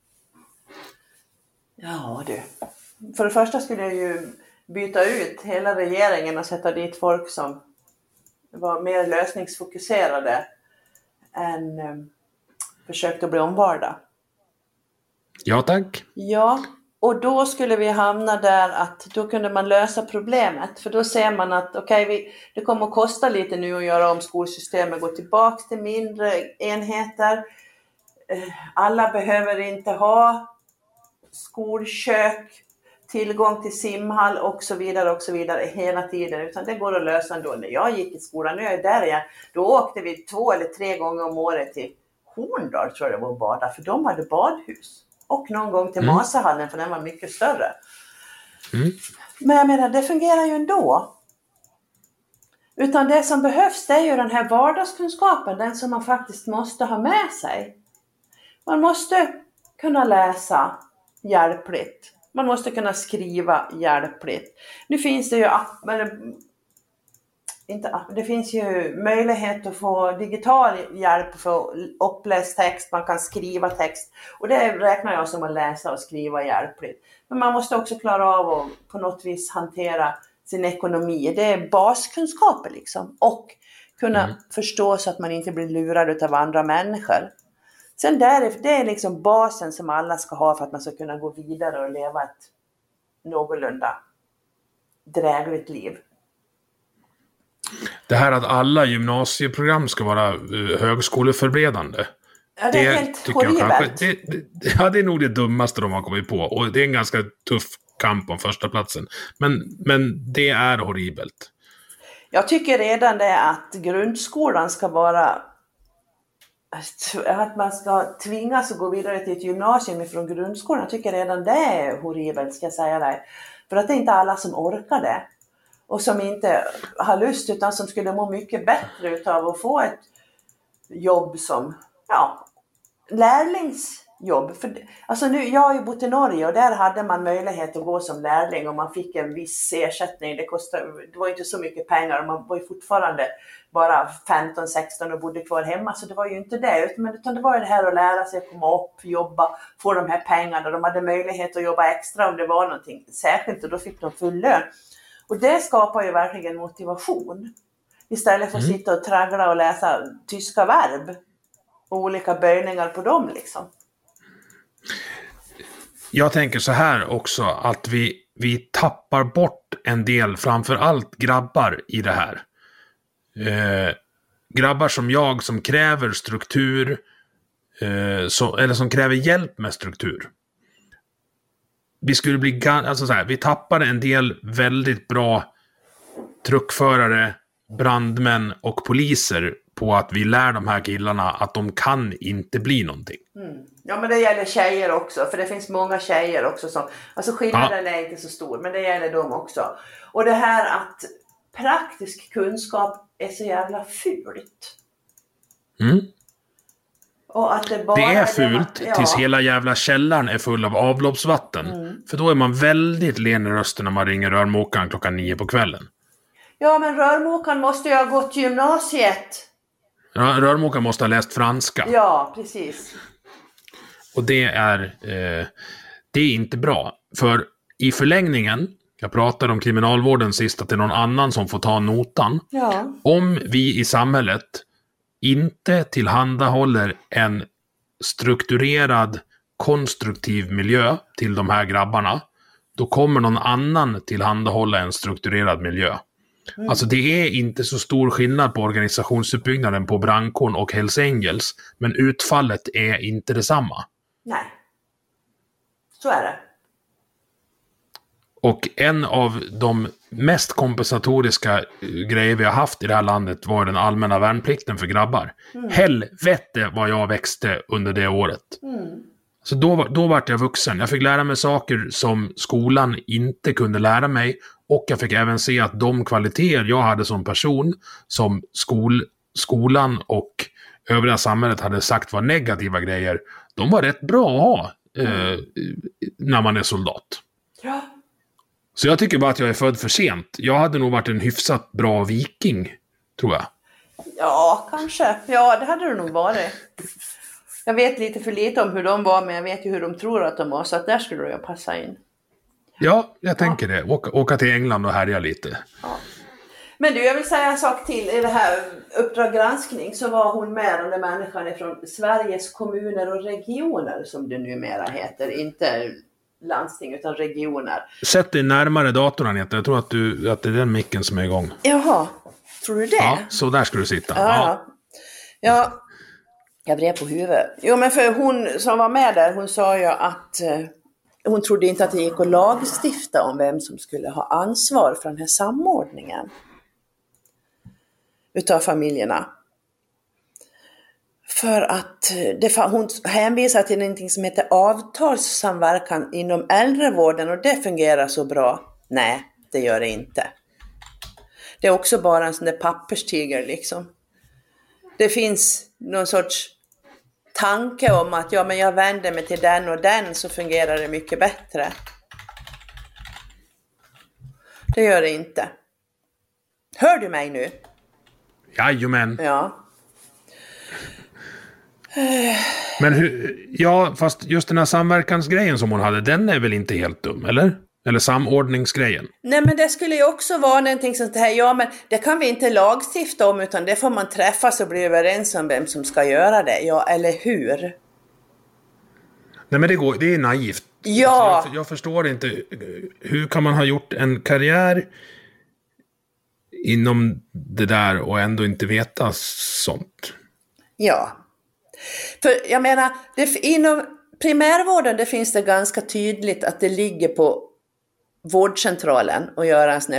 Ja du. För det första skulle jag ju byta ut hela regeringen och sätta dit folk som var mer lösningsfokuserade än försökte bli omvalda. Ja tack. Ja, och då skulle vi hamna där att då kunde man lösa problemet. För då ser man att det kommer att kosta lite nu att göra om skolsystemet, gå tillbaka till mindre enheter. Alla behöver inte ha skolkök, tillgång till simhall och så vidare hela tiden. Utan det går att lösa ändå. När jag gick i skolan, nu är jag där igen, då åkte vi 2 eller 3 gånger om året till Horndal, tror jag det var, bada. För de hade badhus. Och någon gång till Masahallen, för den var mycket större. Men jag menar, det fungerar ju ändå. Utan det som behövs, det är ju den här vardagskunskapen. Den som man faktiskt måste ha med sig. Man måste kunna läsa hjälpligt. Man måste kunna skriva hjälpligt. Nu finns det ju det finns ju möjlighet att få digital hjälp för uppläst text. Man kan skriva text. Och det räknar jag som att läsa och skriva hjälpligt. Men man måste också klara av att på något vis hantera sin ekonomi. Det är baskunskaper liksom. Och kunna förstå så att man inte blir lurad av andra människor. Sen det är liksom basen som alla ska ha för att man ska kunna gå vidare och leva ett någorlunda drägligt liv. Det här att alla gymnasieprogram ska vara högskoleförberedande. Ja, det är helt horribelt. Det är nog det dummaste de har kommit på. Och det är en ganska tuff kamp om första platsen. Men det är horribelt. Jag tycker redan det att grundskolan ska vara att man ska tvingas att gå vidare till ett gymnasium ifrån grundskolan. Jag tycker redan det är horribelt, ska jag säga dig. För att det är inte alla som orkar det. Och som inte har lust, utan som skulle må mycket bättre utav att få ett jobb som lärlingsjobb. För, alltså nu, jag har ju bott i Norge och där hade man möjlighet att gå som lärling och man fick en viss ersättning. Det var inte så mycket pengar och man var ju fortfarande bara 15-16 och bodde kvar hemma, så det var ju inte det. Utan det var ju det här att lära sig att komma upp, jobba, få de här pengarna. De hade möjlighet att jobba extra om det var någonting särskilt och då fick de full lön. Och det skapar ju verkligen motivation. Istället för att sitta och traggla och läsa tyska verb och olika böjningar på dem liksom. Jag tänker så här också, att vi tappar bort en del, framförallt grabbar i det här. Grabbar som jag, som kräver struktur, eller som kräver hjälp med struktur. Vi skulle bli, alltså så här, vi tappar en del väldigt bra truckförare, brandmän och poliser på att vi lär de här killarna att de kan inte bli någonting. Ja, men det gäller tjejer också, för det finns många tjejer också som, alltså skillnaden är inte så stor, men det gäller dem också. Och det här att praktisk kunskap är så jävla fult. Och att det är fult tills hela jävla källaren är full av avloppsvatten. För då är man väldigt len i rösten när man ringer rörmokaren klockan 9 på kvällen. Ja, men rörmokaren måste ju ha gått gymnasiet. Ja, rörmokaren måste ha läst franska. Ja, precis. Och det är inte bra. För i förlängningen, jag pratade om kriminalvården sist, att det är någon annan som får ta notan. Ja. Om vi i samhället inte tillhandahåller en strukturerad, konstruktiv miljö till de här grabbarna, då kommer någon annan tillhandahålla en strukturerad miljö. Alltså det är inte så stor skillnad på organisationsuppbyggnaden på brandkåren och Hells Angels, men utfallet är inte detsamma. Nej, så är det. Och en av de mest kompensatoriska grejer vi har haft i det här landet var den allmänna värnplikten för grabbar. Helvete vad jag växte under det året. Så då var jag vuxen. Jag fick lära mig saker som skolan inte kunde lära mig. Och jag fick även se att de kvaliteter jag hade som person, som skolan och övriga samhället hade sagt var negativa grejer, de var rätt bra att ha när man är soldat. Ja. Så jag tycker bara att jag är född för sent. Jag hade nog varit en hyfsat bra viking, tror jag. Ja, kanske. Ja, det hade det nog varit. Jag vet lite för lite om hur de var, men jag vet ju hur de tror att de var, så att där skulle jag passa in. Ja, jag tänker det. Åka till England och härja lite. Ja. Men du, jag vill säga en sak till. I det här Uppdrag granskning så var hon med, den där människan från Sveriges kommuner och regioner, som det numera heter. Inte landsting utan regioner. Sätt dig närmare datorn, Anette. Jag tror att det är den micken som är igång. Jaha, tror du det? Ja, så där ska du sitta. Ja. Jag vred på huvudet. Jo, men för hon som var med där, hon sa ju att hon trodde inte att det gick att lagstifta om vem som skulle ha ansvar för den här samordningen utav familjerna. För att hon hänvisar till någonting som heter avtalssamverkan inom äldrevården, och det fungerar så bra. Nej, det gör det inte. Det är också bara en sån där papperstiger liksom. Det finns någon sorts tanke om att men jag vänder mig till den och den så fungerar det mycket bättre. Det gör det inte. Hör du mig nu? Jajamän. Ja. Men fast just den här samverkansgrejen som hon hade, den är väl inte helt dum, eller? Eller samordningsgrejen. Nej, men det skulle ju också vara någonting sånt här. Ja, men det kan vi inte lagstifta om, utan det får man träffas och bli överens om vem som ska göra det. Ja, eller hur? Nej, men det är naivt. Ja. Alltså, jag förstår inte. Hur kan man ha gjort en karriär inom det där och ändå inte veta sånt? Ja. För jag menar, inom primärvården det finns det ganska tydligt att det ligger på vårdcentralen och göra en sån här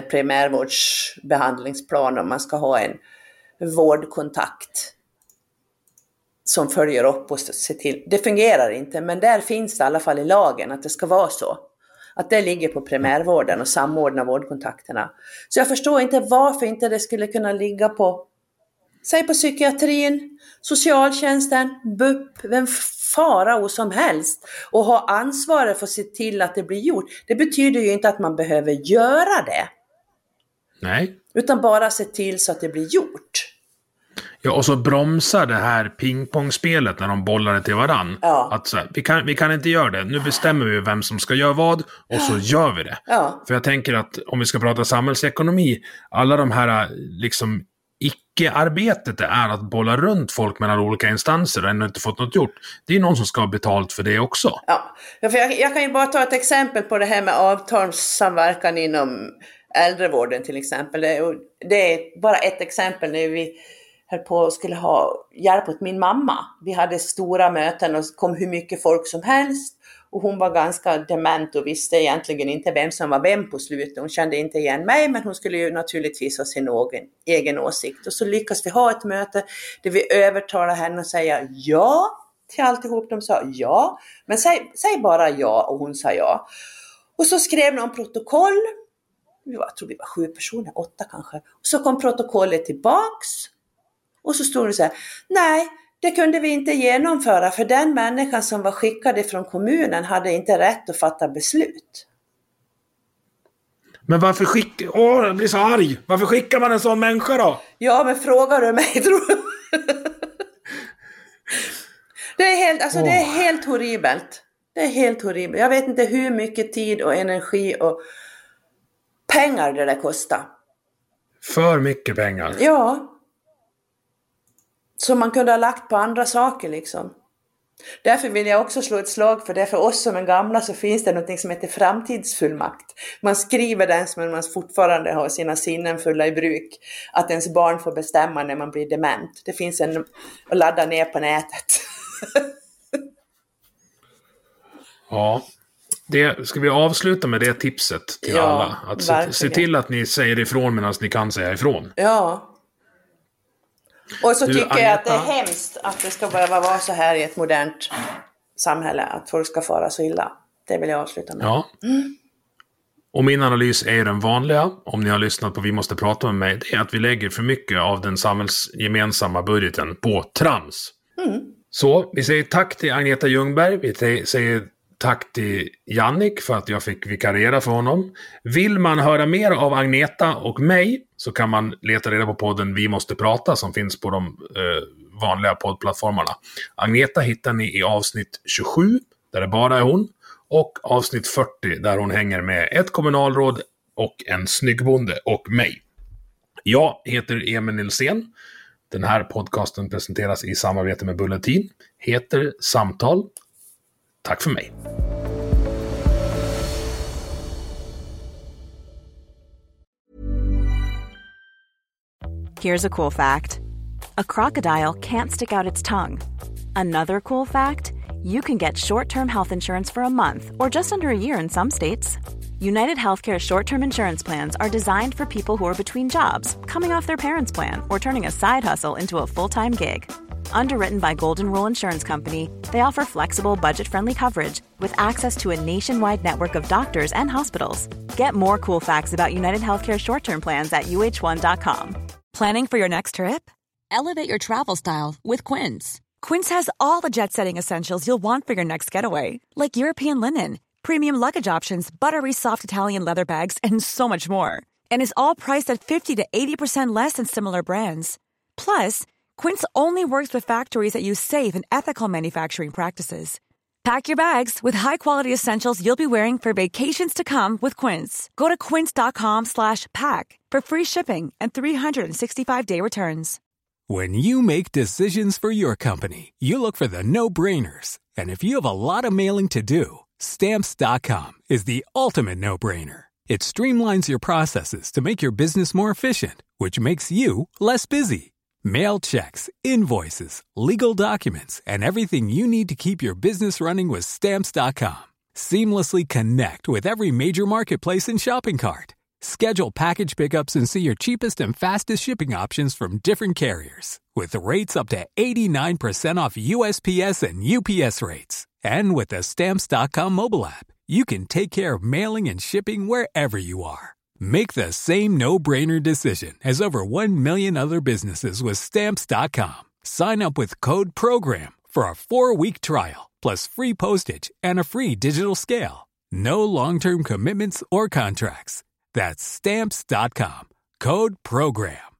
primärvårdsbehandlingsplan om man ska ha en vårdkontakt. som följer upp och ser till. Det fungerar inte, men där finns det i alla fall i lagen att det ska vara så. Att det ligger på primärvården och samordna vårdkontakterna. Så jag förstår inte varför inte det skulle kunna ligga på, säg på psykiatrin, socialtjänsten, BUP, vem farao som helst. Och ha ansvaret för att se till att det blir gjort. Det betyder ju inte att man behöver göra det. Nej. Utan bara se till så att det blir gjort. Ja, och så bromsar det här pingpongspelet när de bollar det till varann. Ja. Att så här, vi kan inte göra det. Nu bestämmer vi vem som ska göra vad och så gör vi det. Ja. För jag tänker att om vi ska prata samhällsekonomi, alla de här liksom icke-arbetet det är att bolla runt folk mellan olika instanser och ännu inte fått något gjort. Det är någon som ska ha betalt för det också. Ja, för jag kan ju bara ta ett exempel på det här med avtalssamverkan inom äldrevården till exempel. Det är bara ett exempel när vi höll på och skulle ha hjälp åt min mamma. Vi hade stora möten och kom hur mycket folk som helst. Och hon var ganska dement och visste egentligen inte vem som var vem på slutet. Hon kände inte igen mig, men hon skulle ju naturligtvis ha sin egen åsikt. Och så lyckas vi ha ett möte där vi övertalar henne och säger ja till alltihop. De sa ja, men säg bara ja, och hon sa ja. Och så skrev någon protokoll. Jag tror vi var 7 personer, 8 kanske. Och så kom protokollet tillbaks. Och så stod det så här, nej, det kunde vi inte genomföra för den människan som var skickad från kommunen hade inte rätt att fatta beslut. Men varför jag blir så arg. Varför skickar man en sån människa då? Ja, men frågar du mig, tror du? Det är helt horribelt. Det är helt horribelt. Jag vet inte hur mycket tid och energi och pengar det där kostar. För mycket pengar. Ja. Som man kunde ha lagt på andra saker liksom. Därför vill jag också slå ett slag för det. För oss som är gamla så finns det något som heter framtidsfullmakt. Man skriver den som man fortfarande har sina sinnen fulla i bruk. Att ens barn får bestämma när man blir dement. Det finns en att ladda ner på nätet. Ja, ska vi avsluta med det tipset till alla? Att se till att ni säger ifrån medan ni kan säga ifrån. Ja. Och så tycker jag att det är hemskt att det ska behöva vara så här i ett modernt samhälle. Att folk ska fara så illa. Det vill jag avsluta med. Ja. Och min analys är den vanliga, om ni har lyssnat på Vi måste prata med mig, det är att vi lägger för mycket av den samhällsgemensamma budgeten på trams. Så vi säger tack till Agneta Ljungberg, vi säger tack till Jannik för att jag fick vikariera för honom. Vill man höra mer av Agneta och mig så kan man leta reda på podden Vi måste prata som finns på de vanliga poddplattformarna. Agneta hittar ni i avsnitt 27 där det bara är hon och avsnitt 40 där hon hänger med ett kommunalråd och en snyggbonde och mig. Jag heter Emil Nilsén. Den här podcasten presenteras i samarbete med Bulletin, heter Samtal. Tack för mig. Here's a cool fact. A crocodile can't stick out its tongue. Another cool fact, you can get short-term health insurance for a month or just under a year in some states. United Healthcare short-term insurance plans are designed for people who are between jobs, coming off their parents' plan, or turning a side hustle into a full-time gig. Underwritten by Golden Rule Insurance Company, they offer flexible, budget-friendly coverage with access to a nationwide network of doctors and hospitals. Get more cool facts about United Healthcare short-term plans at uh1.com. Planning for your next trip? Elevate your travel style with Quince. Quince has all the jet-setting essentials you'll want for your next getaway, like European linen, premium luggage options, buttery soft Italian leather bags, and so much more. And is all priced at 50 to 80% less than similar brands. Plus, Quince only works with factories that use safe and ethical manufacturing practices. Pack your bags with high-quality essentials you'll be wearing for vacations to come with Quince. Go to quince.com/pack for free shipping and 365-day returns. When you make decisions for your company, you look for the no-brainers. And if you have a lot of mailing to do, Stamps.com is the ultimate no-brainer. It streamlines your processes to make your business more efficient, which makes you less busy. Mail checks, invoices, legal documents, and everything you need to keep your business running with Stamps.com. Seamlessly connect with every major marketplace and shopping cart. Schedule package pickups and see your cheapest and fastest shipping options from different carriers, with rates up to 89% off USPS and UPS rates. And with the Stamps.com mobile app, you can take care of mailing and shipping wherever you are. Make the same no-brainer decision as over 1 million other businesses with Stamps.com. Sign up with code PROGRAM for a 4-week trial, plus free postage and a free digital scale. No long-term commitments or contracts. That's Stamps.com. Code PROGRAM.